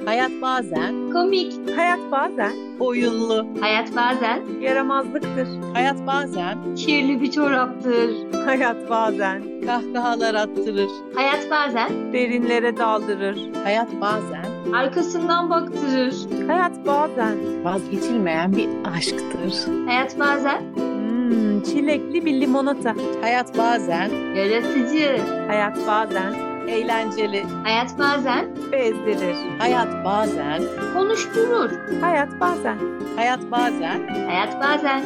Hayat bazen Komik. Hayat bazen oyunlu. Hayat bazen yaramazlıktır. Hayat bazen kirli bir çoraptır. Hayat bazen kahkahalar attırır. Hayat bazen derinlere daldırır. Hayat bazen arkasından baktırır. Hayat bazen vazgeçilmeyen bir aşktır. Hayat bazen çilekli bir limonata. Hayat bazen yaratıcı. Hayat bazen eğlenceli. Hayat bazen bezdirir. Hayat bazen konuşturur. Hayat bazen hayat bazen Hayat bazen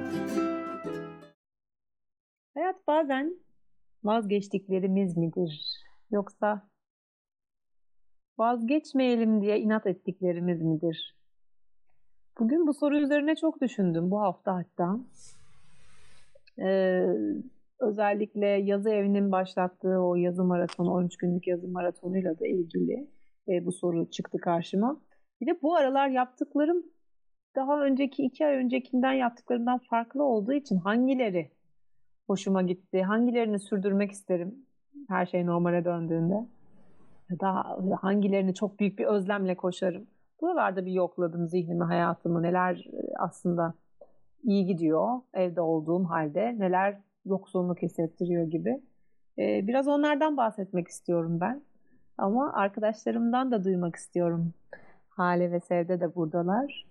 Hayat bazen vazgeçtiklerimiz midir? Yoksa vazgeçmeyelim diye inat ettiklerimiz midir? Bugün bu soru üzerine çok düşündüm bu hafta hatta. Özellikle yazı evinin başlattığı o yazı maratonu, 13 günlük yazı maratonuyla da ilgili bu soru çıktı karşıma. Bir de bu aralar yaptıklarım daha önceki 2 ay öncekinden yaptıklarımdan farklı olduğu için hangileri hoşuma gitti, hangilerini sürdürmek isterim her şey normale döndüğünde ya da hangilerini çok büyük bir özlemle koşarım. Buralarda bir yokladım zihnimi, hayatımı, neler aslında iyi gidiyor evde olduğum halde, neler yoksunluk hissettiriyor gibi. Biraz onlardan bahsetmek istiyorum ben. Ama arkadaşlarımdan da duymak istiyorum. Hale ve Sevde de buradalar.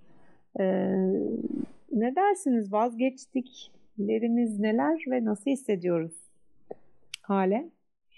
Ne dersiniz? Vazgeçtiklerimiz neler ve nasıl hissediyoruz? Hale?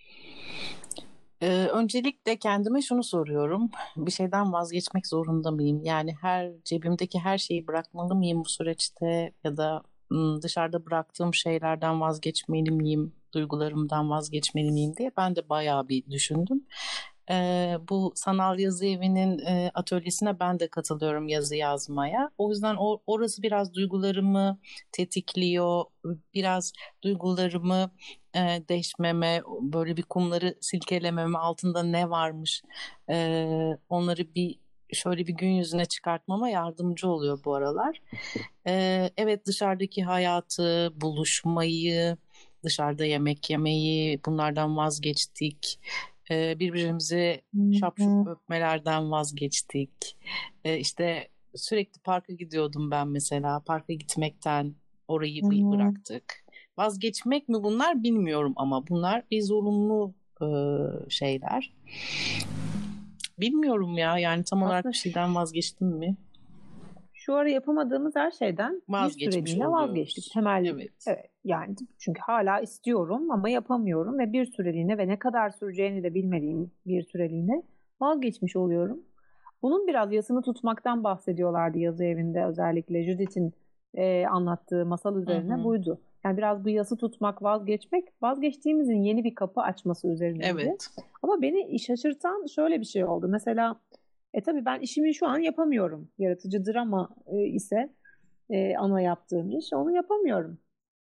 Öncelikle kendime şunu soruyorum. Bir şeyden vazgeçmek zorunda mıyım? Yani cebimdeki her şeyi bırakmalı mıyım bu süreçte? Ya da dışarıda bıraktığım şeylerden vazgeçmeli miyim? Duygularımdan vazgeçmeli miyim diye ben de bayağı bir düşündüm. Bu sanal yazı evinin atölyesine ben de katılıyorum yazı yazmaya. O yüzden orası biraz duygularımı tetikliyor. Biraz duygularımı deşmeme, böyle bir kumları silkelememe, altında ne varmış, onları şöyle bir gün yüzüne çıkartmama yardımcı oluyor bu aralar. Evet, dışarıdaki hayatı, buluşmayı, dışarıda yemek yemeyi, bunlardan vazgeçtik. Birbirimizi şapşup öpmelerden vazgeçtik. İşte sürekli parka gidiyordum ben mesela. Parka gitmekten orayı bıraktık. Vazgeçmek mi bunlar bilmiyorum ama bunlar bir zorunlu şeyler. Bilmiyorum ya, yani tam olarak bir şeyden vazgeçtim mi? Şu ara yapamadığımız her şeyden bir Vazgeçmiş süreliğine oluyoruz. vazgeçtik. Temel, Evet. Yani çünkü hala istiyorum ama yapamıyorum ve bir süreliğine ve ne kadar süreceğini de bilmediğim bir süreliğine vazgeçmiş oluyorum. Bunun biraz yasını tutmaktan bahsediyorlardı yazı evinde, özellikle Judith'in anlattığı masal üzerine buydu. Yani biraz bu yası tutmak, vazgeçmek, vazgeçtiğimizin yeni bir kapı açması üzerineydi. Evet. Ama beni şaşırtan şöyle bir şey oldu. Mesela tabii ben işimi şu an yapamıyorum. Yaratıcı drama ise ana yaptığım iş. Onu yapamıyorum.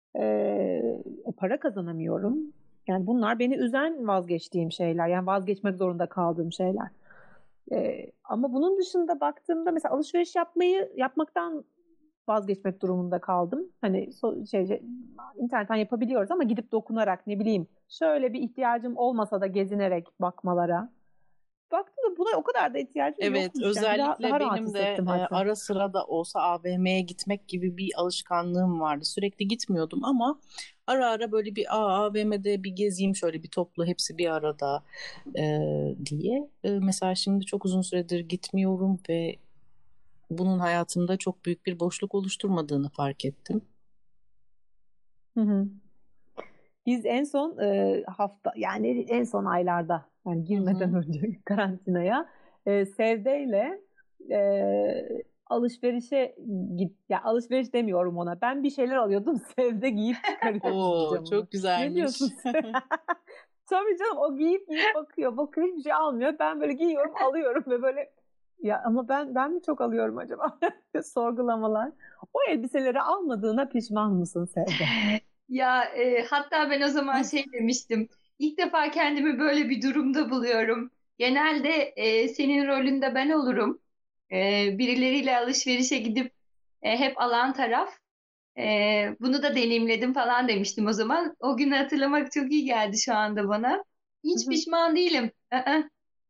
Para kazanamıyorum. Yani bunlar beni üzen vazgeçtiğim şeyler. Yani vazgeçmek zorunda kaldığım şeyler. Ama bunun dışında baktığımda mesela alışveriş yapmaktan vazgeçmek durumunda kaldım. Hani internetten yapabiliyoruz ama gidip dokunarak, ne bileyim, şöyle bir ihtiyacım olmasa da gezinerek bakmalara. Baktım da buna o kadar da ihtiyacım Evet, yokmuş. özellikle Yani daha rahat benim de hissettim hatta. ara sıra da olsa AVM'ye gitmek gibi bir alışkanlığım vardı. Sürekli gitmiyordum ama ara ara böyle bir AVM'de bir gezeyim, şöyle bir toplu hepsi bir arada diye. Mesela şimdi çok uzun süredir gitmiyorum ve bunun hayatımda çok büyük bir boşluk oluşturmadığını fark ettim. Hı. Biz en son yani en son aylarda, yani girmeden önce karantinaya Sevde'yle alışverişe ya alışveriş demiyorum ona. Ben bir şeyler alıyordum. Sevde giyip çıkarıyordu Oo, camını. çok güzelmiş. Ne diyorsun sen? Tabii canım, o giyip bakıyor. Bakıyor, hiçbir şey almıyor. Ben böyle giyiyorum, alıyorum ve böyle, ya ama ben mi çok alıyorum acaba? Sorgulamalar. O elbiseleri almadığına pişman mısın Sevde? Ya hatta ben o zaman demiştim. İlk defa kendimi böyle bir durumda buluyorum. Genelde senin rolünde ben olurum. Birileriyle alışverişe gidip hep alan taraf. Bunu da deneyimledim falan demiştim o zaman. O günü hatırlamak çok iyi geldi şu anda bana. Hiç pişman değilim.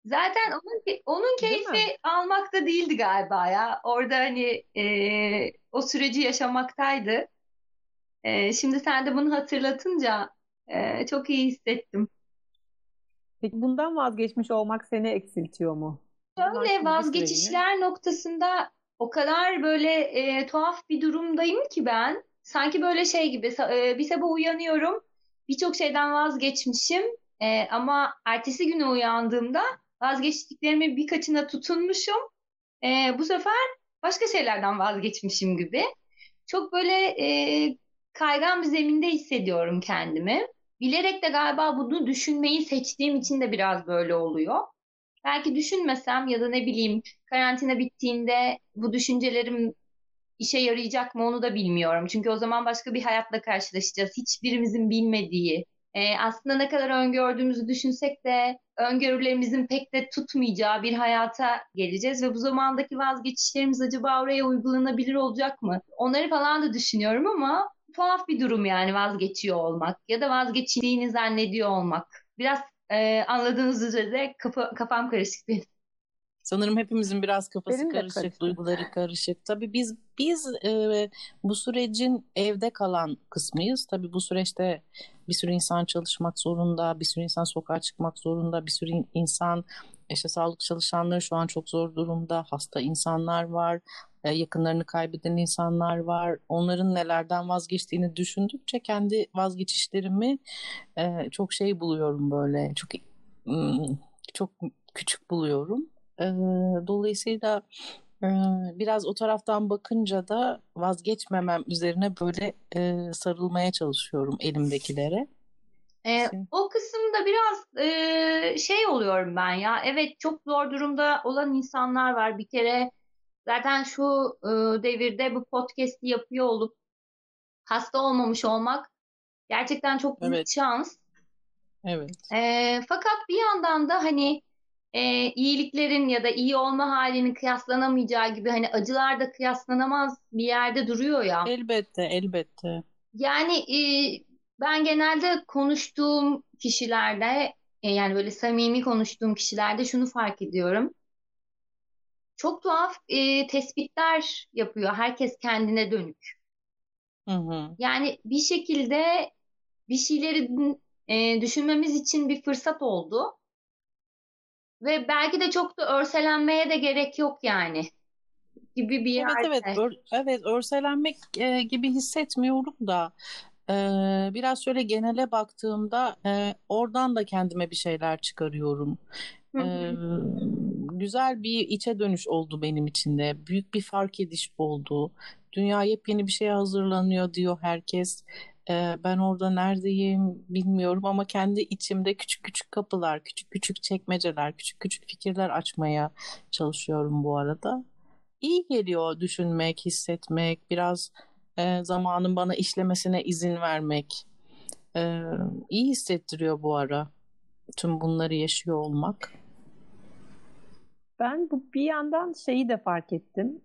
Zaten onun Değil mi? keyfi almakta değildi galiba ya. Orada hani o süreci yaşamaktaydı. Şimdi sen de bunu hatırlatınca çok iyi hissettim. Peki bundan vazgeçmiş olmak seni eksiltiyor mu? O zaman Böyle şimdi bir süreliğine. vazgeçişler noktasında o kadar böyle tuhaf bir durumdayım ki ben. Sanki böyle şey gibi bir sabah uyanıyorum. Birçok şeyden vazgeçmişim. Ama ertesi güne uyandığımda vazgeçtiklerimin birkaçına tutunmuşum. Bu sefer başka şeylerden vazgeçmişim gibi. Çok böyle kaygan bir zeminde hissediyorum kendimi. Bilerek de galiba bunu düşünmeyi seçtiğim için de biraz böyle oluyor. Belki düşünmesem ya da ne bileyim karantina bittiğinde bu düşüncelerim işe yarayacak mı onu da bilmiyorum. Çünkü o zaman başka bir hayatla karşılaşacağız. Hiçbirimizin bilmediği. Aslında ne kadar öngördüğümüzü düşünsek de öngörülerimizin pek de tutmayacağı bir hayata geleceğiz ve bu zamandaki vazgeçişlerimiz acaba oraya uygulanabilir olacak mı? Onları falan da düşünüyorum ama tuhaf bir durum yani vazgeçiyor olmak ya da vazgeçildiğini zannediyor olmak. Biraz anladığınız üzere kafam karışık benim. Sanırım hepimizin biraz kafası Benim de karışık, karıştı. duyguları karışık. Tabii biz bu sürecin evde kalan kısmıyız. Tabii bu süreçte bir sürü insan çalışmak zorunda, bir sürü insan sokağa çıkmak zorunda, bir sürü insan işte sağlık çalışanları şu an çok zor durumda, hasta insanlar var, yakınlarını kaybeden insanlar var. Onların nelerden vazgeçtiğini düşündükçe kendi vazgeçişlerimi çok şey buluyorum böyle, mm, çok küçük buluyorum. Ee, Dolayısıyla e, biraz o taraftan bakınca da vazgeçmemem üzerine böyle sarılmaya çalışıyorum elimdekilere. O kısımda biraz şey oluyorum ben ya. Evet çok zor durumda olan insanlar var. Bir kere zaten şu devirde bu podcast'i yapıyor olup hasta olmamış olmak gerçekten çok büyük Evet, şans. evet. Fakat bir yandan da hani iyiliklerin ya da iyi olma halinin kıyaslanamayacağı gibi hani acılar da kıyaslanamaz bir yerde duruyor ya. Elbette, elbette. Yani ben genelde konuştuğum kişilerde yani böyle samimi konuştuğum kişilerde şunu fark ediyorum. Çok tuhaf tespitler yapıyor herkes kendine dönük. Hı hı. Yani bir şekilde bir şeyleri düşünmemiz için bir fırsat oldu ve belki de çok da örselenmeye de gerek yok yani gibi bir Evet, evet, yerde. evet, örselenmek gibi hissetmiyorum da biraz şöyle genele baktığımda oradan da kendime bir şeyler çıkarıyorum. Hı E, hı. Güzel bir içe dönüş oldu benim için de. Büyük bir fark ediş oldu. Dünya yepyeni bir şeye hazırlanıyor diyor herkes. Ben orada neredeyim bilmiyorum ama kendi içimde küçük küçük kapılar, küçük küçük çekmeceler, küçük küçük fikirler açmaya çalışıyorum bu arada. İyi geliyor düşünmek, hissetmek, biraz zamanın bana işlemesine izin vermek. E, iyi hissettiriyor bu ara tüm bunları yaşıyor olmak. Ben bu bir yandan şeyi de fark ettim.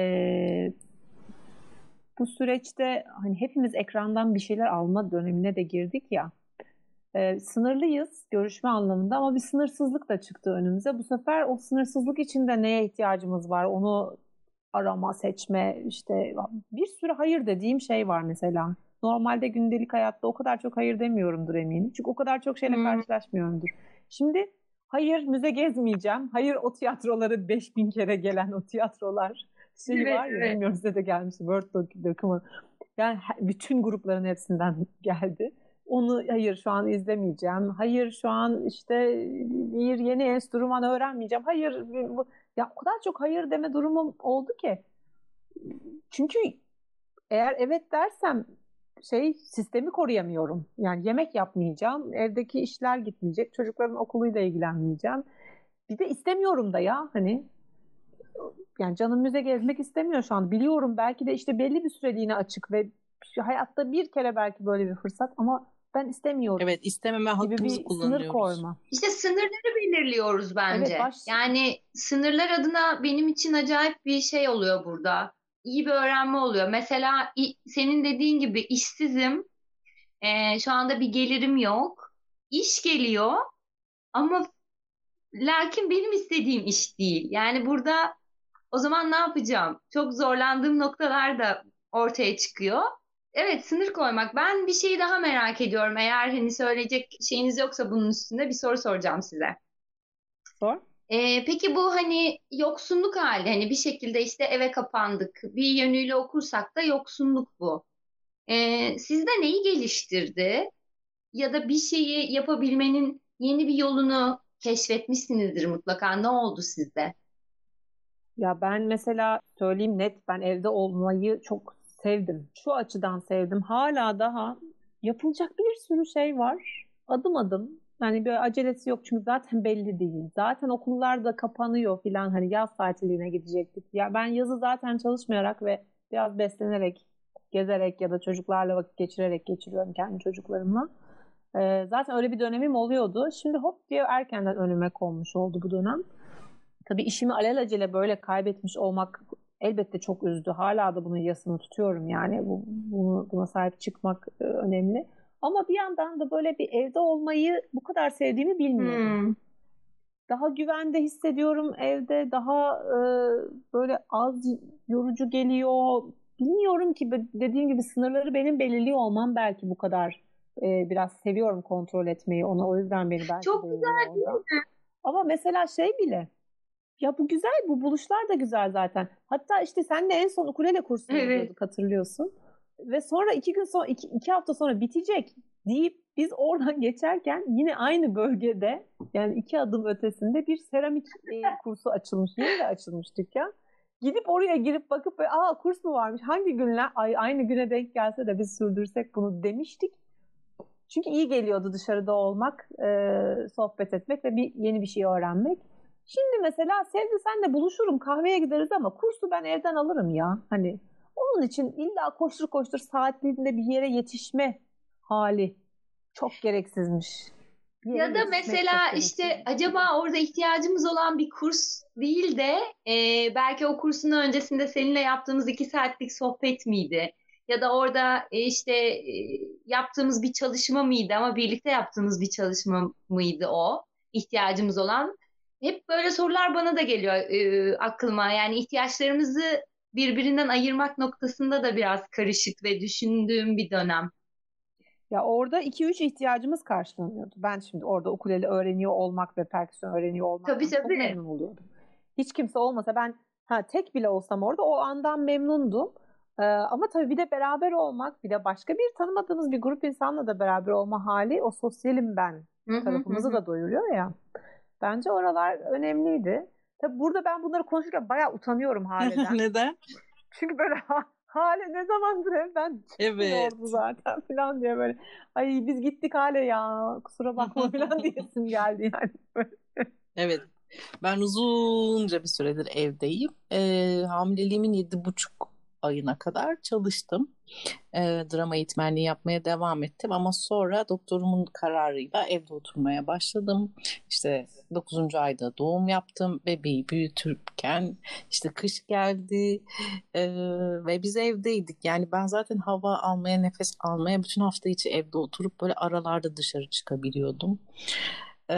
Bu süreçte hani hepimiz ekrandan bir şeyler alma dönemine de girdik ya. Sınırlıyız görüşme anlamında ama bir sınırsızlık da çıktı önümüze. Bu sefer o sınırsızlık içinde neye ihtiyacımız var onu arama, seçme işte bir sürü hayır dediğim şey var mesela. Normalde gündelik hayatta o kadar çok hayır demiyorumdur eminim. Çünkü o kadar çok şeyle Hmm, karşılaşmıyorumdur. Şimdi hayır müze gezmeyeceğim. Hayır o tiyatroları 5000 kere gelen o tiyatrolar şeyi evet var ya evet. bilmiyorum size de gelmişti. Word dokümanı. Yani bütün grupların hepsinden geldi. Onu hayır şu an izlemeyeceğim. Hayır şu an işte bir yeni enstrüman öğrenmeyeceğim. Hayır ya o kadar çok hayır deme durumum oldu ki. Çünkü eğer evet dersem sistemi koruyamıyorum. Yani yemek yapmayacağım, evdeki işler gitmeyecek, çocukların okuluyla ilgilenmeyeceğim. Bir de istemiyorum da ya hani yani canım müze gezmek istemiyor şu an. Biliyorum belki de işte belli bir süreliğine açık ve hayatta bir kere belki böyle bir fırsat ama ben istemiyorum Evet, istememe gibi hakkımızı bir sınır kullanıyoruz. koyma. İşte sınırları belirliyoruz Evet bence. Yani sınırlar adına benim için acayip bir şey oluyor burada. İyi bir öğrenme oluyor. Mesela senin dediğin gibi işsizim. Şu anda bir gelirim yok. İş geliyor ama Lakin benim istediğim iş değil. Yani burada o zaman ne yapacağım? Çok zorlandığım noktalar da ortaya çıkıyor. Evet, sınır koymak. Ben bir şeyi daha merak ediyorum. Eğer hani söyleyecek şeyiniz yoksa bunun üstünde bir soru soracağım size. Sor. Peki bu hani yoksunluk hali, hani bir şekilde işte eve kapandık. Bir yönüyle okursak da yoksunluk bu. Sizde neyi geliştirdi? Ya da bir şeyi yapabilmenin yeni bir yolunu keşfetmişsinizdir mutlaka. Ne oldu sizde? Ya ben mesela söyleyeyim net, ben evde olmayı çok sevdim. Şu açıdan sevdim. Hala daha yapılacak bir sürü şey var. Adım adım. Yani bir acelesi yok çünkü zaten belli değil. Zaten okullar da kapanıyor filan, hani yaz tatiline gidecektik. Ya ben yazı zaten çalışmayarak ve biraz beslenerek, gezerek ya da çocuklarla vakit geçirerek geçiriyorum, kendi çocuklarımla. Zaten öyle bir dönemim oluyordu. Şimdi hop diye erkenden önüme konmuş oldu bu dönem. Tabii işimi alelacele böyle kaybetmiş olmak elbette çok üzdü. Hala da bunun yasını tutuyorum yani. Buna sahip çıkmak önemli. Ama bir yandan da böyle bir evde olmayı bu kadar sevdiğimi bilmiyordum. Hmm. Daha güvende hissediyorum evde. Daha böyle az yorucu geliyor. Bilmiyorum ki, dediğim gibi sınırları benim belirliyor olmam belki bu kadar biraz seviyorum kontrol etmeyi. O yüzden beni belki Çok beğeniyor güzel değil orada. mi? Ama mesela şey bile, ya bu güzel, bu buluşlar da güzel zaten. Hatta işte senle en son ukulele kursuna Evet. gidiyorduk, hatırlıyorsun. Ve sonra 2 gün sonra, iki hafta sonra bitecek deyip biz oradan geçerken yine aynı bölgede, yani 2 adım ötesinde bir seramik kursu açılmış. Yeni de açılmış dükkan. Gidip oraya girip bakıp böyle, aa kurs mu varmış? Hangi günler? Ay, aynı güne denk gelse de biz sürdürsek bunu demiştik. Çünkü iyi geliyordu dışarıda olmak, sohbet etmek ve yeni bir şey öğrenmek. Şimdi mesela Sevdi senle buluşurum, kahveye gideriz ama kursu ben evden alırım ya. Hani onun için illa koştur koştur saatliğinde bir yere yetişme hali çok gereksizmiş. Bir yere Ya da yetişmek mesela çok işte gereksizmiş. acaba orada ihtiyacımız olan bir kurs değil de belki o kursun öncesinde seninle yaptığımız 2 saatlik sohbet miydi? Ya da orada işte yaptığımız bir çalışma mıydı ama birlikte yaptığımız bir çalışma mıydı o ihtiyacımız olan? Hep böyle sorular bana da geliyor aklıma. Yani ihtiyaçlarımızı birbirinden ayırmak noktasında da biraz karışık ve düşündüğüm bir dönem. Ya orada 2-3 ihtiyacımız karşılanıyordu. Ben şimdi orada ukulele öğreniyor olmak ve perküsyon öğreniyor Tabii olmaktan çok tabii. memnun oluyordum. Hiç kimse olmasa ben tek bile olsam orada o andan memnundum. Ama tabii bir de beraber olmak, bir de başka bir tanımadığımız bir grup insanla da beraber olma hali, o sosyalim ben Hı hı hı. tarafımızı Hı. da doyuruyor ya. Bence oralar önemliydi. Tabii burada ben bunları konuşurken bayağı utanıyorum Hale'den. Neden? Çünkü böyle Hale ne zamandır evden çıkmıyordu Evet. zaten falan diye böyle. Ay biz gittik Hale ya, kusura bakma falan diyesim geldi yani. Evet. Ben uzunca bir süredir evdeyim. Hamileliğimin 7,5 ayına kadar çalıştım. Drama eğitmenliği yapmaya devam ettim ama sonra doktorumun kararıyla evde oturmaya başladım. İşte 9. ayda doğum yaptım. Bebeği büyütürken işte kış geldi ve biz evdeydik. Yani ben zaten hava almaya, nefes almaya bütün hafta içi evde oturup böyle aralarda dışarı çıkabiliyordum. Ee,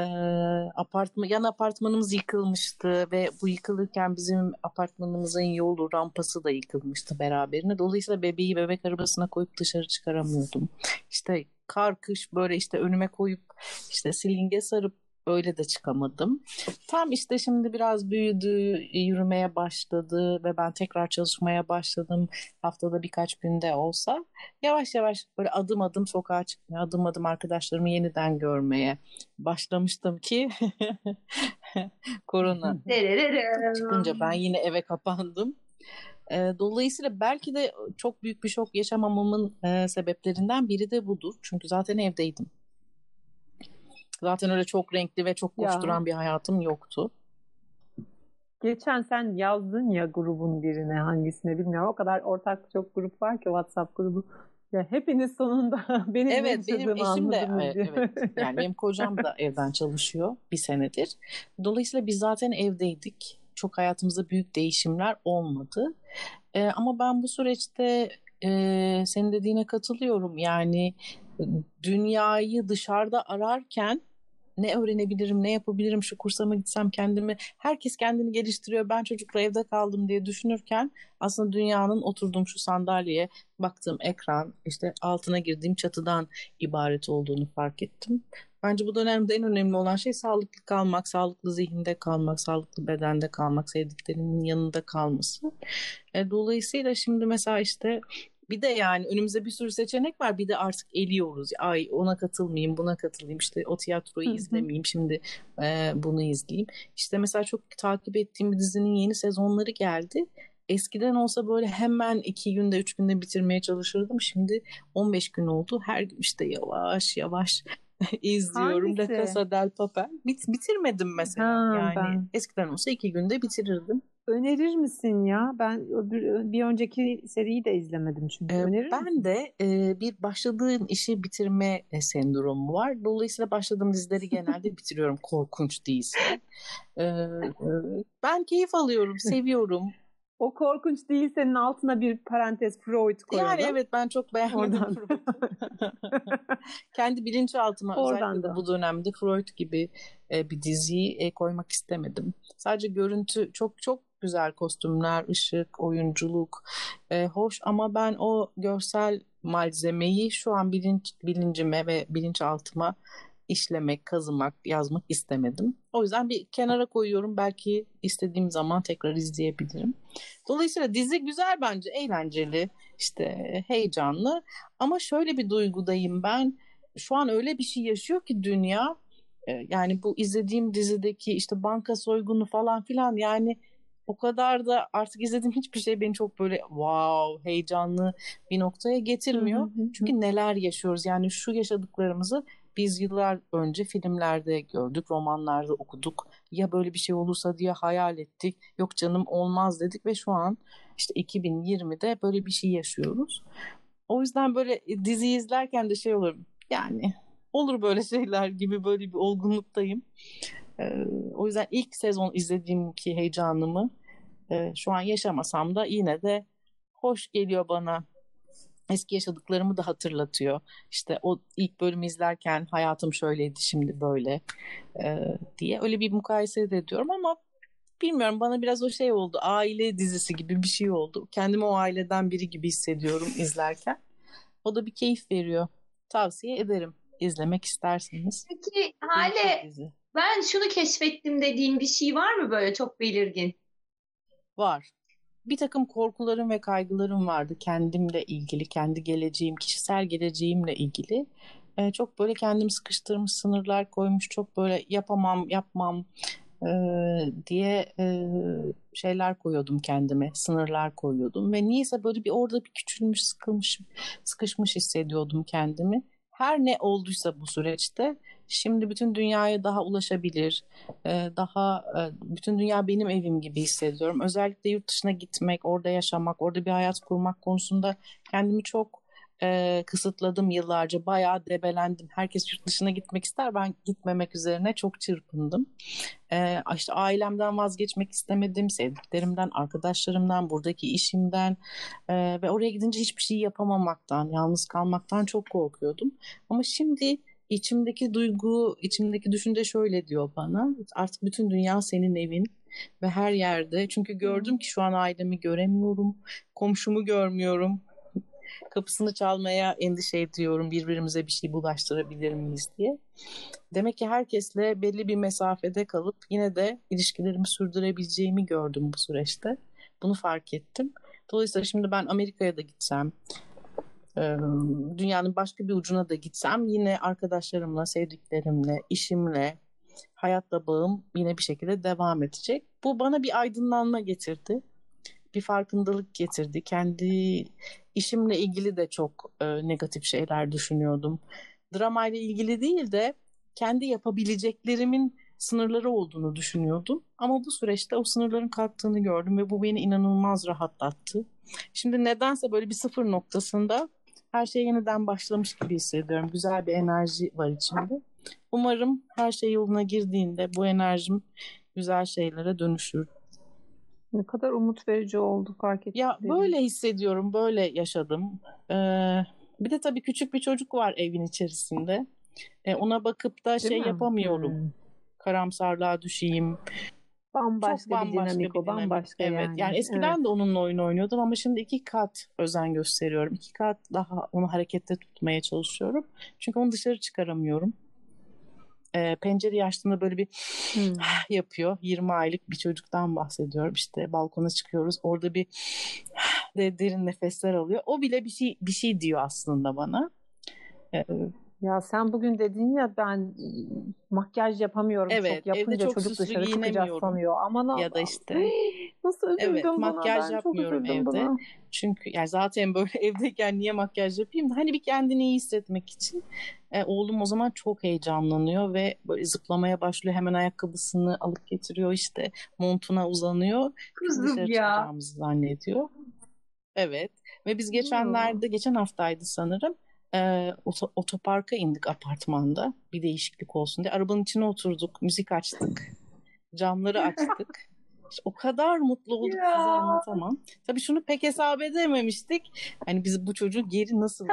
yan apartmanımız yıkılmıştı ve bu yıkılırken bizim apartmanımızın yolu, rampası da yıkılmıştı beraberinde. Dolayısıyla bebeği bebek arabasına koyup dışarı çıkaramıyordum. İşte kar kış böyle işte önüme koyup işte silinge sarıp öyle de çıkamadım. Tam işte şimdi biraz büyüdü, yürümeye başladı ve ben tekrar çalışmaya başladım. Haftada birkaç günde olsa yavaş yavaş böyle adım adım sokağa çıkmaya, adım adım arkadaşlarımı yeniden görmeye başlamıştım ki korona Dererere. çıkınca ben yine eve kapandım. Dolayısıyla belki de çok büyük bir şok yaşamamamın sebeplerinden biri de budur. Çünkü zaten evdeydim. Zaten öyle çok renkli ve çok Ya koşturan bir hayatım yoktu. geçen sen yazdın ya grubun birine, hangisine bilmiyorum. O kadar ortak çok grup var ki, WhatsApp grubu. Ya hepiniz sonunda benim ne Evet, benim yaşadığımı eşim de anladınız diye. evet, yani benim kocam da evden çalışıyor bir senedir. Dolayısıyla biz zaten evdeydik. Çok hayatımızda büyük değişimler olmadı. Ama ben bu süreçte senin dediğine katılıyorum. Yani dünyayı dışarıda ararken ne öğrenebilirim, ne yapabilirim, şu kursa mı gitsem kendimi, herkes kendini geliştiriyor, ben çocukla evde kaldım diye düşünürken aslında dünyanın oturduğum şu sandalyeye, baktığım ekran, işte altına girdiğim çatıdan ibaret olduğunu fark ettim. Bence bu dönemde en önemli olan şey sağlıklı kalmak, sağlıklı zihinde kalmak, sağlıklı bedende kalmak, sevdiklerinin yanında kalması. Dolayısıyla şimdi mesela işte bir de yani önümüzde bir sürü seçenek var. Bir de artık eliyoruz. Ay ona katılmayayım, buna katılayım. İşte o tiyatroyu izlemeyeyim. Şimdi bunu izleyeyim. İşte mesela çok takip ettiğim bir dizinin yeni sezonları geldi. Eskiden olsa böyle hemen 2 günde 3 günde bitirmeye çalışırdım. Şimdi 15 gün oldu. Her gün işte yavaş yavaş izliyorum. La Hangisi? Casa del Papel. Bitirmedim mesela. Yani eskiden olsa 2 günde bitirirdim. Önerir misin ya? Ben bir önceki seriyi de izlemedim çünkü. Önerir ben misin? de bir başladığım işi bitirme sendromu var. Dolayısıyla başladığım dizileri genelde bitiriyorum, korkunç değilse. Ben keyif alıyorum, seviyorum. O korkunç değil, senin altına bir parantez Freud koyalım. Yani evet, ben çok beğenmedim Freud'u. Kendi bilinçaltıma özellikle de bu dönemde Freud gibi bir diziyi koymak istemedim. Sadece görüntü çok çok güzel, kostümler, ışık, oyunculuk hoş, ama ben o görsel malzemeyi şu an bilincime ve bilinçaltıma işlemek, kazımak, yazmak istemedim. O yüzden bir kenara koyuyorum. Belki istediğim zaman tekrar izleyebilirim. Dolayısıyla dizi güzel bence, eğlenceli, işte heyecanlı. Ama şöyle bir duygudayım ben. Şu an öyle bir şey yaşıyor ki dünya. Yani bu izlediğim dizideki işte banka soygunu falan filan, yani o kadar da artık izlediğim hiçbir şey beni çok böyle wow, heyecanlı bir noktaya getirmiyor. Çünkü neler yaşıyoruz, yani şu yaşadıklarımızı biz yıllar önce filmlerde gördük, romanlarda okuduk. Ya böyle bir şey olursa diye hayal ettik. Yok canım, olmaz dedik ve şu an işte 2020'de böyle bir şey yaşıyoruz. O yüzden böyle dizi izlerken de şey olurum. Yani olur böyle şeyler gibi, böyle bir olgunluktayım. O yüzden ilk sezon izlediğimki heyecanımı şu an yaşamasam da yine de hoş geliyor bana. Eski yaşadıklarımı da hatırlatıyor. İşte o ilk bölümü izlerken hayatım şöyleydi, şimdi böyle diye öyle bir mukayese de ediyorum, ama bilmiyorum, bana biraz o şey oldu. Aile dizisi gibi bir şey oldu. Kendimi o aileden biri gibi hissediyorum izlerken. O da bir keyif veriyor. Tavsiye ederim izlemek isterseniz. Peki Hale, ben şunu keşfettim dediğin bir şey var mı böyle çok belirgin? Var. Bir takım korkularım ve kaygılarım vardı kendimle ilgili, kendi geleceğim, kişisel geleceğimle ilgili. Çok böyle kendimi sıkıştırmış, sınırlar koymuş, çok böyle yapamam, yapmam diye şeyler koyuyordum kendime, sınırlar koyuyordum ve niyeyse böyle bir orada bir küçülmüş, sıkılmış, sıkışmış hissediyordum kendimi. Her ne olduysa bu süreçte şimdi bütün dünyaya daha ulaşabilir, daha bütün dünya benim evim gibi hissediyorum. Özellikle yurt dışına gitmek, orada yaşamak, orada bir hayat kurmak konusunda kendimi çok kısıtladım yıllarca. Bayağı debelendim. Herkes yurt dışına gitmek ister. Ben gitmemek üzerine çok çırpındım. İşte ailemden vazgeçmek istemedim. Sevdiklerimden, arkadaşlarımdan, buradaki işimden ve oraya gidince hiçbir şey yapamamaktan, yalnız kalmaktan çok korkuyordum. Ama şimdi içimdeki duygu, içimdeki düşünce şöyle diyor bana. Artık bütün dünya senin evin ve her yerde. Çünkü gördüm ki şu an ailemi göremiyorum, komşumu görmüyorum. Kapısını çalmaya endişe ediyorum, birbirimize bir şey bulaştırabilir miyiz diye. Demek ki herkesle belli bir mesafede kalıp yine de ilişkilerimi sürdürebileceğimi gördüm bu süreçte. Bunu fark ettim. Dolayısıyla şimdi ben Amerika'ya da gitsem, dünyanın başka bir ucuna da gitsem yine arkadaşlarımla, sevdiklerimle, işimle, hayatla bağım yine bir şekilde devam edecek. Bu bana bir aydınlanma getirdi. Bir farkındalık getirdi. Kendi işimle ilgili de çok negatif şeyler düşünüyordum. Dramayla ilgili değil de kendi yapabileceklerimin sınırları olduğunu düşünüyordum. Ama bu süreçte o sınırların kalktığını gördüm ve bu beni inanılmaz rahatlattı. Şimdi nedense böyle bir sıfır noktasında her şey yeniden başlamış gibi hissediyorum. Güzel bir enerji var içimde. Umarım her şey yoluna girdiğinde bu enerjim güzel şeylere dönüşür. Ne kadar umut verici oldu, fark ettim. Ya böyle hissediyorum, böyle yaşadım. Bir de tabii küçük bir çocuk var evin içerisinde. Ona bakıp da Değil mi? yapamıyorum. Karamsarlığa düşeyim. Bambaşka Çok bambaşka bir dinamik o. dinamik. Bambaşka Evet. Yani yani. eskiden Evet. de onunla oyun oynuyordum ama şimdi 2 kat özen gösteriyorum. 2 kat daha onu harekette tutmaya çalışıyorum. Çünkü onu dışarı çıkaramıyorum. Pencereyi açtığında böyle bir yapıyor. 20 aylık bir çocuktan bahsediyorum. İşte balkona çıkıyoruz. Orada bir derin nefesler alıyor. O bile bir şey diyor aslında bana. Ya sen bugün dedin ya ben makyaj yapamıyorum Evet, çok. evde Yapınca çok çocuk süslü dışarı çıkacağız giyinemiyorum. sanıyor. Aman Ya da Allah'ım. işte Nasıl evet, üzüldüm buna. makyaj Ben çok yapmıyorum üzüldüm evde. buna. Çünkü yani zaten böyle evdeyken niye makyaj yapayım da hani bir kendini iyi hissetmek için. Oğlum o zaman çok heyecanlanıyor ve böyle zıplamaya başlıyor. Hemen ayakkabısını alıp getiriyor, işte montuna uzanıyor. Çünkü Kuzum dışarı ya. çıkacağımızı zannediyor. Evet. Ve biz geçen haftaydı sanırım. Otoparka indik apartmanda. Bir değişiklik olsun diye. Arabanın içine oturduk, müzik açtık, camları açtık. İşte o kadar mutlu olduk, size Ya. anlatamam. Tabii şunu pek hesap edememiştik. Hani biz bu çocuğu geri nasıl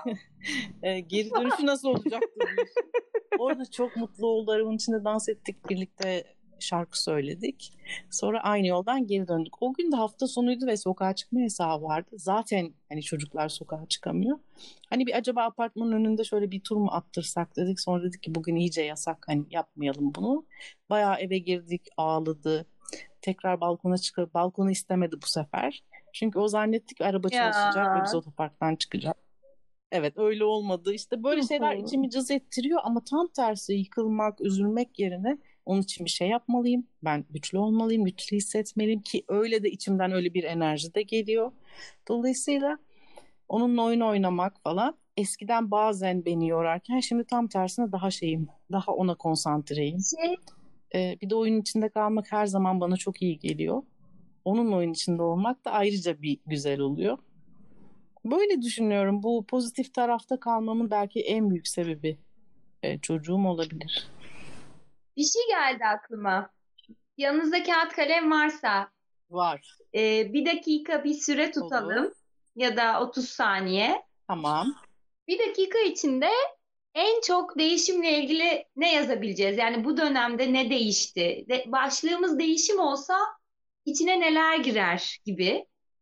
geri dönüşü nasıl olacaktı bu iş? Orada çok mutlu oldu. Arabanın içinde dans ettik, birlikte şarkı söyledik. Sonra aynı yoldan geri döndük. O gün de hafta sonuydu ve sokağa çıkma yasağı vardı. Zaten hani çocuklar sokağa çıkamıyor. Hani bir acaba apartmanın önünde şöyle bir tur mu attırsak dedik. Sonra dedik ki bugün iyice yasak, hani yapmayalım bunu. Bayağı eve girdik, ağladı. Tekrar balkona çıkıp balkonu istemedi bu sefer. Çünkü o zannetti ki araba çalışacak ve biz Ya. otoparktan çıkacağız. Evet, öyle olmadı. İşte böyle şeyler içimi cız ettiriyor ama tam tersi, yıkılmak, üzülmek yerine onun için bir şey yapmalıyım. Ben güçlü olmalıyım, güçlü hissetmeliyim ki öyle de içimden öyle bir enerji de geliyor. Dolayısıyla onunla oyun oynamak falan eskiden bazen beni yorarken şimdi tam tersine daha şeyim, daha ona konsantreyim. Bir de oyun içinde kalmak her zaman bana çok iyi geliyor. Onunla oyun içinde olmak da ayrıca bir güzel oluyor. Böyle düşünüyorum. Bu pozitif tarafta kalmamın belki en büyük sebebi çocuğum olabilir. Bir şey geldi aklıma. Yanınızda kağıt kalem varsa Var. 1 dakika bir süre tutalım. Olur. Ya da 30 saniye. Tamam. 1 dakika içinde en çok değişimle ilgili ne yazabileceğiz? Yani bu dönemde ne değişti? Başlığımız değişim olsa içine neler girer gibi.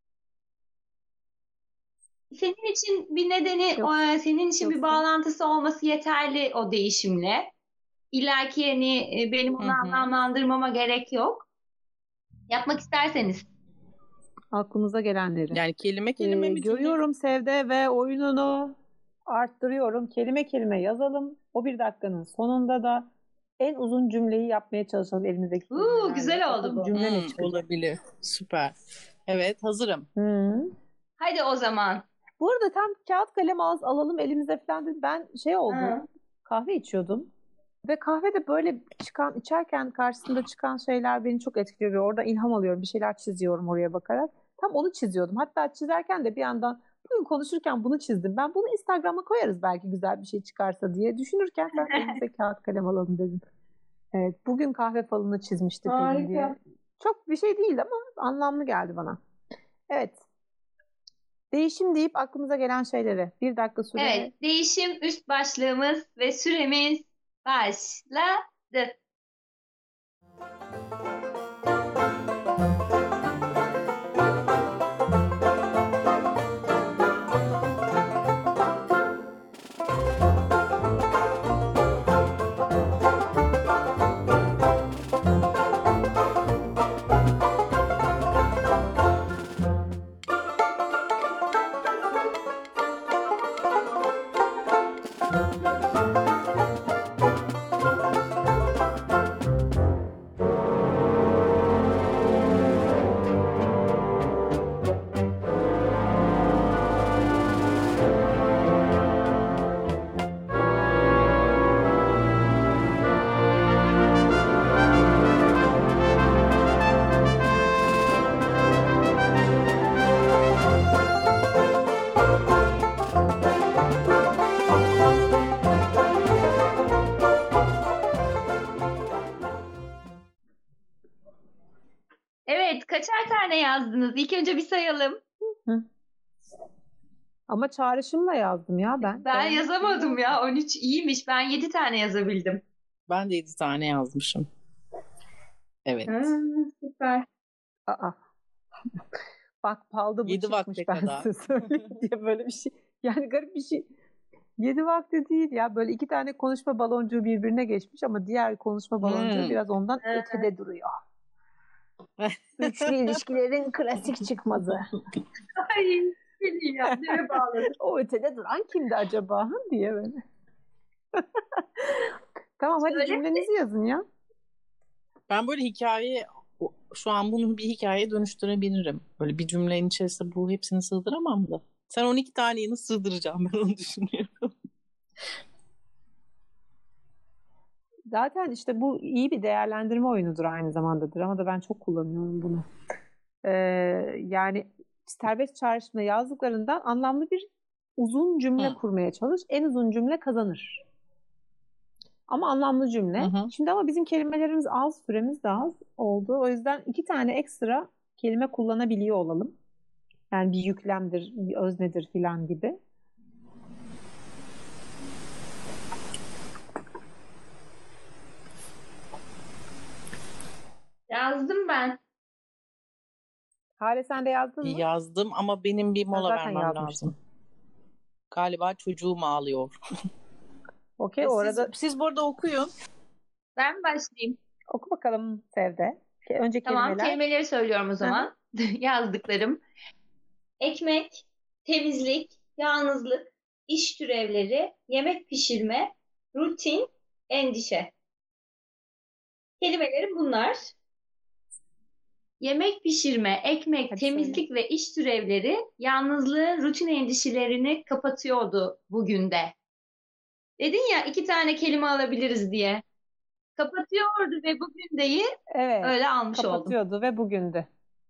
Senin için bir nedeni, senin için bir bağlantısı olması yeterli o değişimle. İlla ki yani benim onu anlamlandırmama gerek yok. Yapmak isterseniz. Aklınıza gelenleri. Yani kelime kelime mi, cümle? Görüyorum Sevde ve oyununu arttırıyorum. Kelime kelime yazalım. O 1 dakikanın sonunda da en uzun cümleyi yapmaya çalışalım elimizdeki kelimelerle. Güzel oldu Bakalım bu. cümle ne çıkacak? Olabilir. Süper. Evet, hazırım. Hadi o zaman. Bu arada tam kağıt kalem alalım elimize falan dedi. Ben oldu. Kahve içiyordum. Ve kahvede böyle içerken karşısında çıkan şeyler beni çok etkiliyor. Orada ilham alıyorum. Bir şeyler çiziyorum oraya bakarak. Tam onu çiziyordum. Hatta çizerken de bir yandan bugün konuşurken bunu çizdim. Ben bunu Instagram'a koyarız belki güzel bir şey çıkarsa diye düşünürken ben elimize kağıt kalem alalım dedim. Evet, bugün kahve falını çizmiştik bugün diye. Çok bir şey değil ama anlamlı geldi bana. Evet. Değişim deyip aklımıza gelen şeyleri. 1 dakika süre. Evet, değişim üst başlığımız ve süremiz başladı. Evet, kaçar tane yazdınız? İlk önce bir sayalım. Ama çağrışımla yazdım ya ben. Ben yazamadım ya. 13 iyiymiş. Ben 7 tane yazabildim. Ben de 7 tane yazmışım. Evet. Süper. Aa. Bak palda bu 7 çıkmış vakte ben kadar. size söyleyeyim diye böyle bir şey. Yani garip bir şey. 7 vakti değil ya. Böyle 2 tane konuşma baloncuğu birbirine geçmiş ama diğer konuşma baloncuğu biraz ondan ötede duruyor. Üçlü ilişkilerin klasik çıkmazı. Ay, beni ya. Nereye bağladı? O ötede duran kimdi acaba diye böyle. Tamam hadi Söyle. cümlenizi yazın ya. Ben böyle şu an bunu bir hikayeye dönüştürebilirim. Böyle bir cümlenin içerisinde bu hepsini sığdıramam da. Sen 12 taneyi nasıl sığdıracağım ben onu düşünüyorum. Zaten işte bu iyi bir değerlendirme oyunudur aynı zamanda. Dramada ben çok kullanıyorum bunu. Yani serbest çağrışımda yazdıklarından anlamlı bir uzun cümle kurmaya çalış. En uzun cümle kazanır. Ama anlamlı cümle. Şimdi ama bizim kelimelerimiz az, süremiz de az oldu. O yüzden 2 tane ekstra kelime kullanabiliyor olalım. Yani bir yüklemdir, bir öznedir filan gibi. Yazdım ben. Hale sen de yazdın mı? Yazdım ama benim bir mola vermem lazım. Galiba çocuğum ağlıyor. Okey, orada... Siz burada okuyun. Ben başlayayım. Oku bakalım Sevde. Önce Tamam, kelimeler. kelimeleri söylüyorum o zaman. Yazdıklarım. Ekmek, temizlik, yalnızlık, iş türevleri, yemek pişirme, rutin, endişe. Kelimelerim bunlar. Yemek pişirme, ekmek, Hadi temizlik ve iş türevleri yalnızlığın rutin endişelerini kapatıyordu bugün de. Dedin ya 2 tane kelime alabiliriz diye. Kapatıyordu ve bugün deyi öyle almış oldum. Kapatıyordu ve bugündü.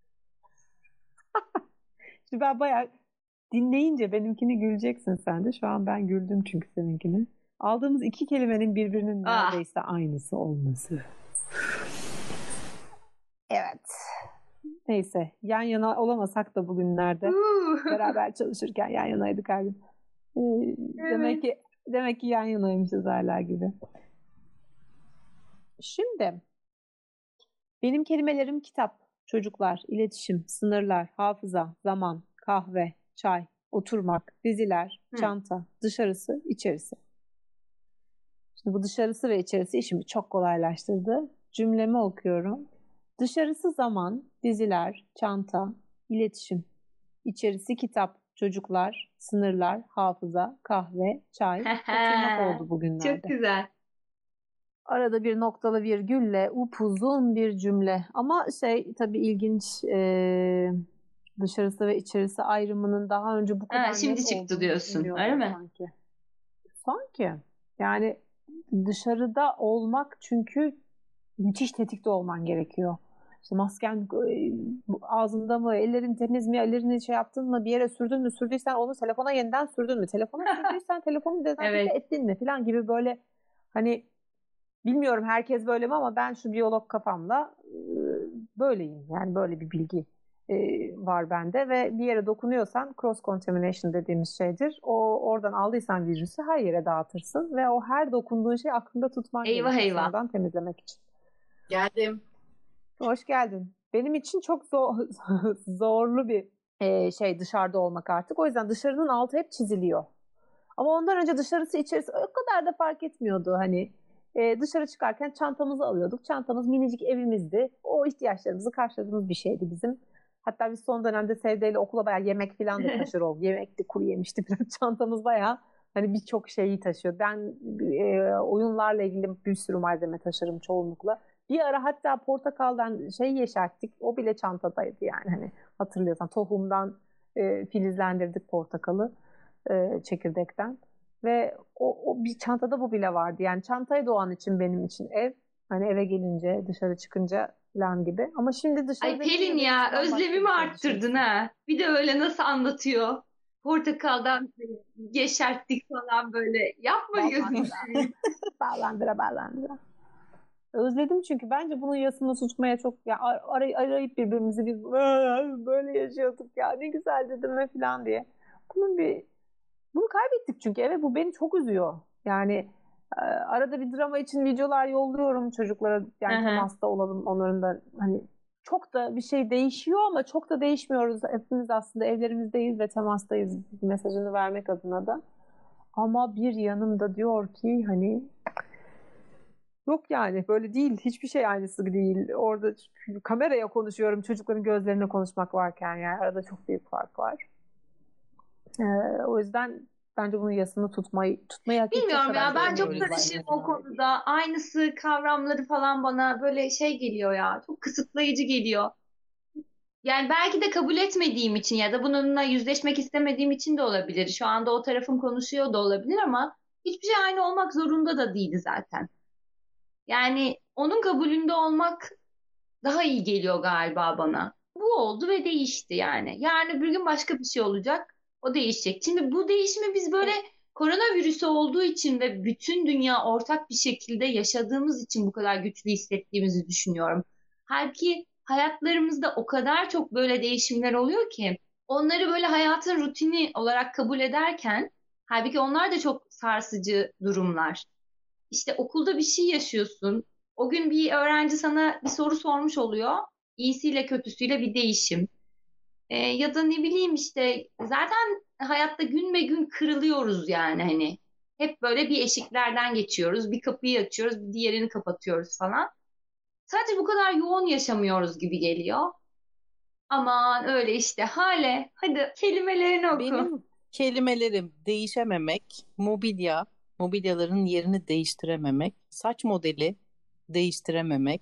Şimdi ben bayağı dinleyince benimkini güleceksin sen de. Şu an ben güldüm çünkü seninkini. Aldığımız 2 kelimenin birbirinin neredeyse aynısı olması. Evet. Neyse. Yan yana olamasak da bugünlerde beraber çalışırken yan yanaydık her gün. Evet. Demek ki yan yanaymışız hala gibi. Şimdi benim kelimelerim kitap, çocuklar, iletişim, sınırlar, hafıza, zaman, kahve, çay, oturmak, diziler, çanta, dışarısı, içerisi. Şimdi bu dışarısı ve içerisi işimi çok kolaylaştırdı. Cümlemi okuyorum. Dışarısı zaman, diziler, çanta, iletişim. İçerisi kitap, çocuklar, sınırlar, hafıza, kahve, çay, oturmak oldu bugünlerde. Çok güzel. Arada bir noktalı virgülle upuzun bir cümle. Ama tabii ilginç, dışarısı ve içerisi ayrımının daha önce bu kadar şimdi net çıktı olduğunu diyorsun, öyle mi? Sanki. Yani dışarıda olmak çünkü müthiş tetikte olman gerekiyor. İşte masken ağzında mı, ellerin temiz mi, ellerini yaptın mı, bir yere sürdün mü, sürdüysen onu telefona yeniden sürdün mü, telefona sürdüysen telefonu dezenfekte ettin mi falan gibi böyle hani bilmiyorum herkes böyle mi ama ben şu biyolog kafamla böyleyim. Yani böyle bir bilgi var bende ve bir yere dokunuyorsan cross contamination dediğimiz şeydir. Oradan aldıysan virüsü her yere dağıtırsın ve o her dokunduğun şeyi aklında tutman gerekiyor sonradan temizlemek için. Geldim. Hoş geldin. Benim için çok zorlu bir dışarıda olmak artık. O yüzden dışarının altı hep çiziliyor. Ama ondan önce dışarısı içerisi o kadar da fark etmiyordu hani. Dışarı çıkarken çantamızı alıyorduk. Çantamız minicik evimizdi. O ihtiyaçlarımızı karşıladığımız bir şeydi bizim. Hatta biz son dönemde Sevde'yle okula bayağı yemek falan da taşır olduk. Yemekti, kuru yemişti falan. Çantamız bayağı hani birçok şeyi taşıyor. Ben oyunlarla ilgili bir sürü malzeme taşırım çoğunlukla. Bir ara hatta portakaldan yeşerttik. O bile çantadaydı yani. Hani hatırlıyorsan tohumdan filizlendirdik portakalı çekirdekten. Ve o bir çantada bu bile vardı. Yani çantaydı o an için benim için ev. Hani eve gelince, dışarı çıkınca falan gibi. Ama şimdi dışarıda... Ay Pelin ya, özlemimi arttırdın ha. Bir de öyle nasıl anlatıyor. Portakaldan yeşerttik falan böyle. Yapma gözünü seveyim. Bağlandıra. Özledim çünkü bence bunun yasını tutmaya çok... Ya arayıp birbirimizi biz böyle yaşıyorduk ya ne güzel dedim mi falan diye. Bunu kaybettik çünkü. Evet, bu beni çok üzüyor. Yani arada bir drama için videolar yolluyorum çocuklara. Yani temasta olalım, onların da hani çok da bir şey değişiyor ama çok da değişmiyoruz. Hepimiz aslında evlerimizdeyiz ve temastayız mesajını vermek adına da. Ama bir yanımda diyor ki hani yok yani böyle değil. Hiçbir şey aynısı değil. Orada kameraya konuşuyorum. Çocukların gözlerine konuşmak varken yani arada çok büyük fark var. O yüzden bence bunun yasını tutmayı hak edecek Bilmiyorum ya, kadar ben çok seviyoruz karışığım bence. o konuda. Aynısı kavramları falan bana böyle şey geliyor ya. Çok kısıtlayıcı geliyor. Yani belki de kabul etmediğim için ya da bununla yüzleşmek istemediğim için de olabilir. Şu anda o tarafım konuşuyor da olabilir ama hiçbir şey aynı olmak zorunda da değildi zaten. Yani onun kabulünde olmak daha iyi geliyor galiba bana. Bu oldu ve değişti yani. Yarın öbür gün başka bir şey olacak. O değişecek. Şimdi bu değişimi biz böyle koronavirüsü olduğu için ve bütün dünya ortak bir şekilde yaşadığımız için bu kadar güçlü hissettiğimizi düşünüyorum. Halbuki hayatlarımızda o kadar çok böyle değişimler oluyor ki onları böyle hayatın rutini olarak kabul ederken halbuki onlar da çok sarsıcı durumlar. İşte okulda bir şey yaşıyorsun. O gün bir öğrenci sana bir soru sormuş oluyor. İyisiyle kötüsüyle bir değişim. Ya da ne bileyim işte zaten hayatta gün be gün kırılıyoruz yani hani. Hep böyle bir eşiklerden geçiyoruz. Bir kapıyı açıyoruz, bir diğerini kapatıyoruz falan. Sadece bu kadar yoğun yaşamıyoruz gibi geliyor. Aman öyle işte. Hale, hadi kelimelerini oku. Benim kelimelerim değişememek, mobilyaların yerini değiştirememek, saç modeli değiştirememek,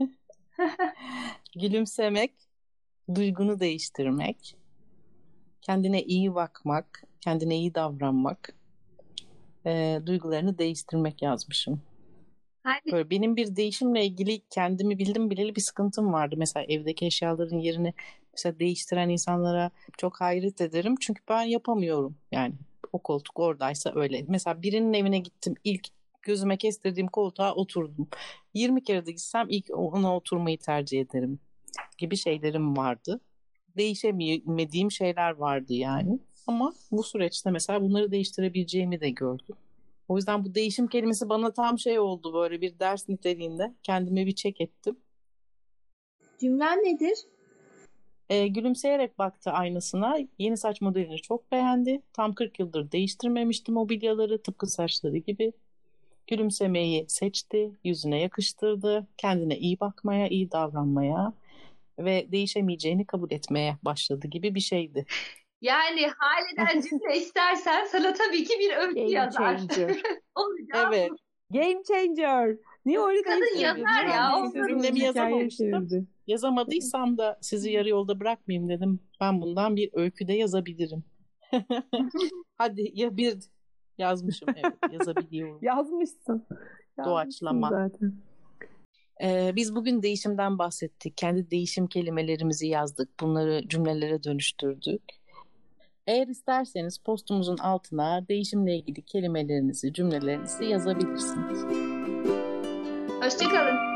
gülümsemek, duygunu değiştirmek, kendine iyi bakmak, kendine iyi davranmak, duygularını değiştirmek yazmışım. Hadi. Böyle benim bir değişimle ilgili kendimi bildim bileli bir sıkıntım vardı. Mesela evdeki eşyaların yerini mesela değiştiren insanlara çok hayret ederim. Çünkü ben yapamıyorum. Yani o koltuk oradaysa öyle. Mesela birinin evine gittim, ilk gözüme kestirdiğim koltuğa oturdum. 20 kere de gitsem ilk ona oturmayı tercih ederim gibi şeylerim vardı. Değişemediğim şeyler vardı yani. Ama bu süreçte mesela bunları değiştirebileceğimi de gördüm. O yüzden bu değişim kelimesi bana tam şey oldu, böyle bir ders niteliğinde. Kendime bir çek ettim. Cümlen nedir? Gülümseyerek baktı aynasına. Yeni saç modelini çok beğendi. Tam 40 yıldır değiştirmemişti mobilyaları, tıpkı saçları gibi. Gülümsemeyi seçti, yüzüne yakıştırdı. Kendine iyi bakmaya, iyi davranmaya ve değişemeyeceğini kabul etmeye başladı gibi bir şeydi. Yani Hale'den cümle istersen sana tabii ki bir öykü Game yazar. changer. Olacak. Evet. Game changer. Niye öyle Kadın yazar ya. Ben de cümlemi yazamamıştım. Yazamadıysam da sizi yarı yolda bırakmayayım dedim. Ben bundan bir öykü de yazabilirim. Hadi ya bir yazmışım, evet, yazabiliyorum. Yazmışsın. Doğaçlama. Zaten. Biz bugün değişimden bahsettik. Kendi değişim kelimelerimizi yazdık. Bunları cümlelere dönüştürdük. Eğer isterseniz postumuzun altına değişimle ilgili kelimelerinizi, cümlelerinizi yazabilirsiniz. Hoşça kalın.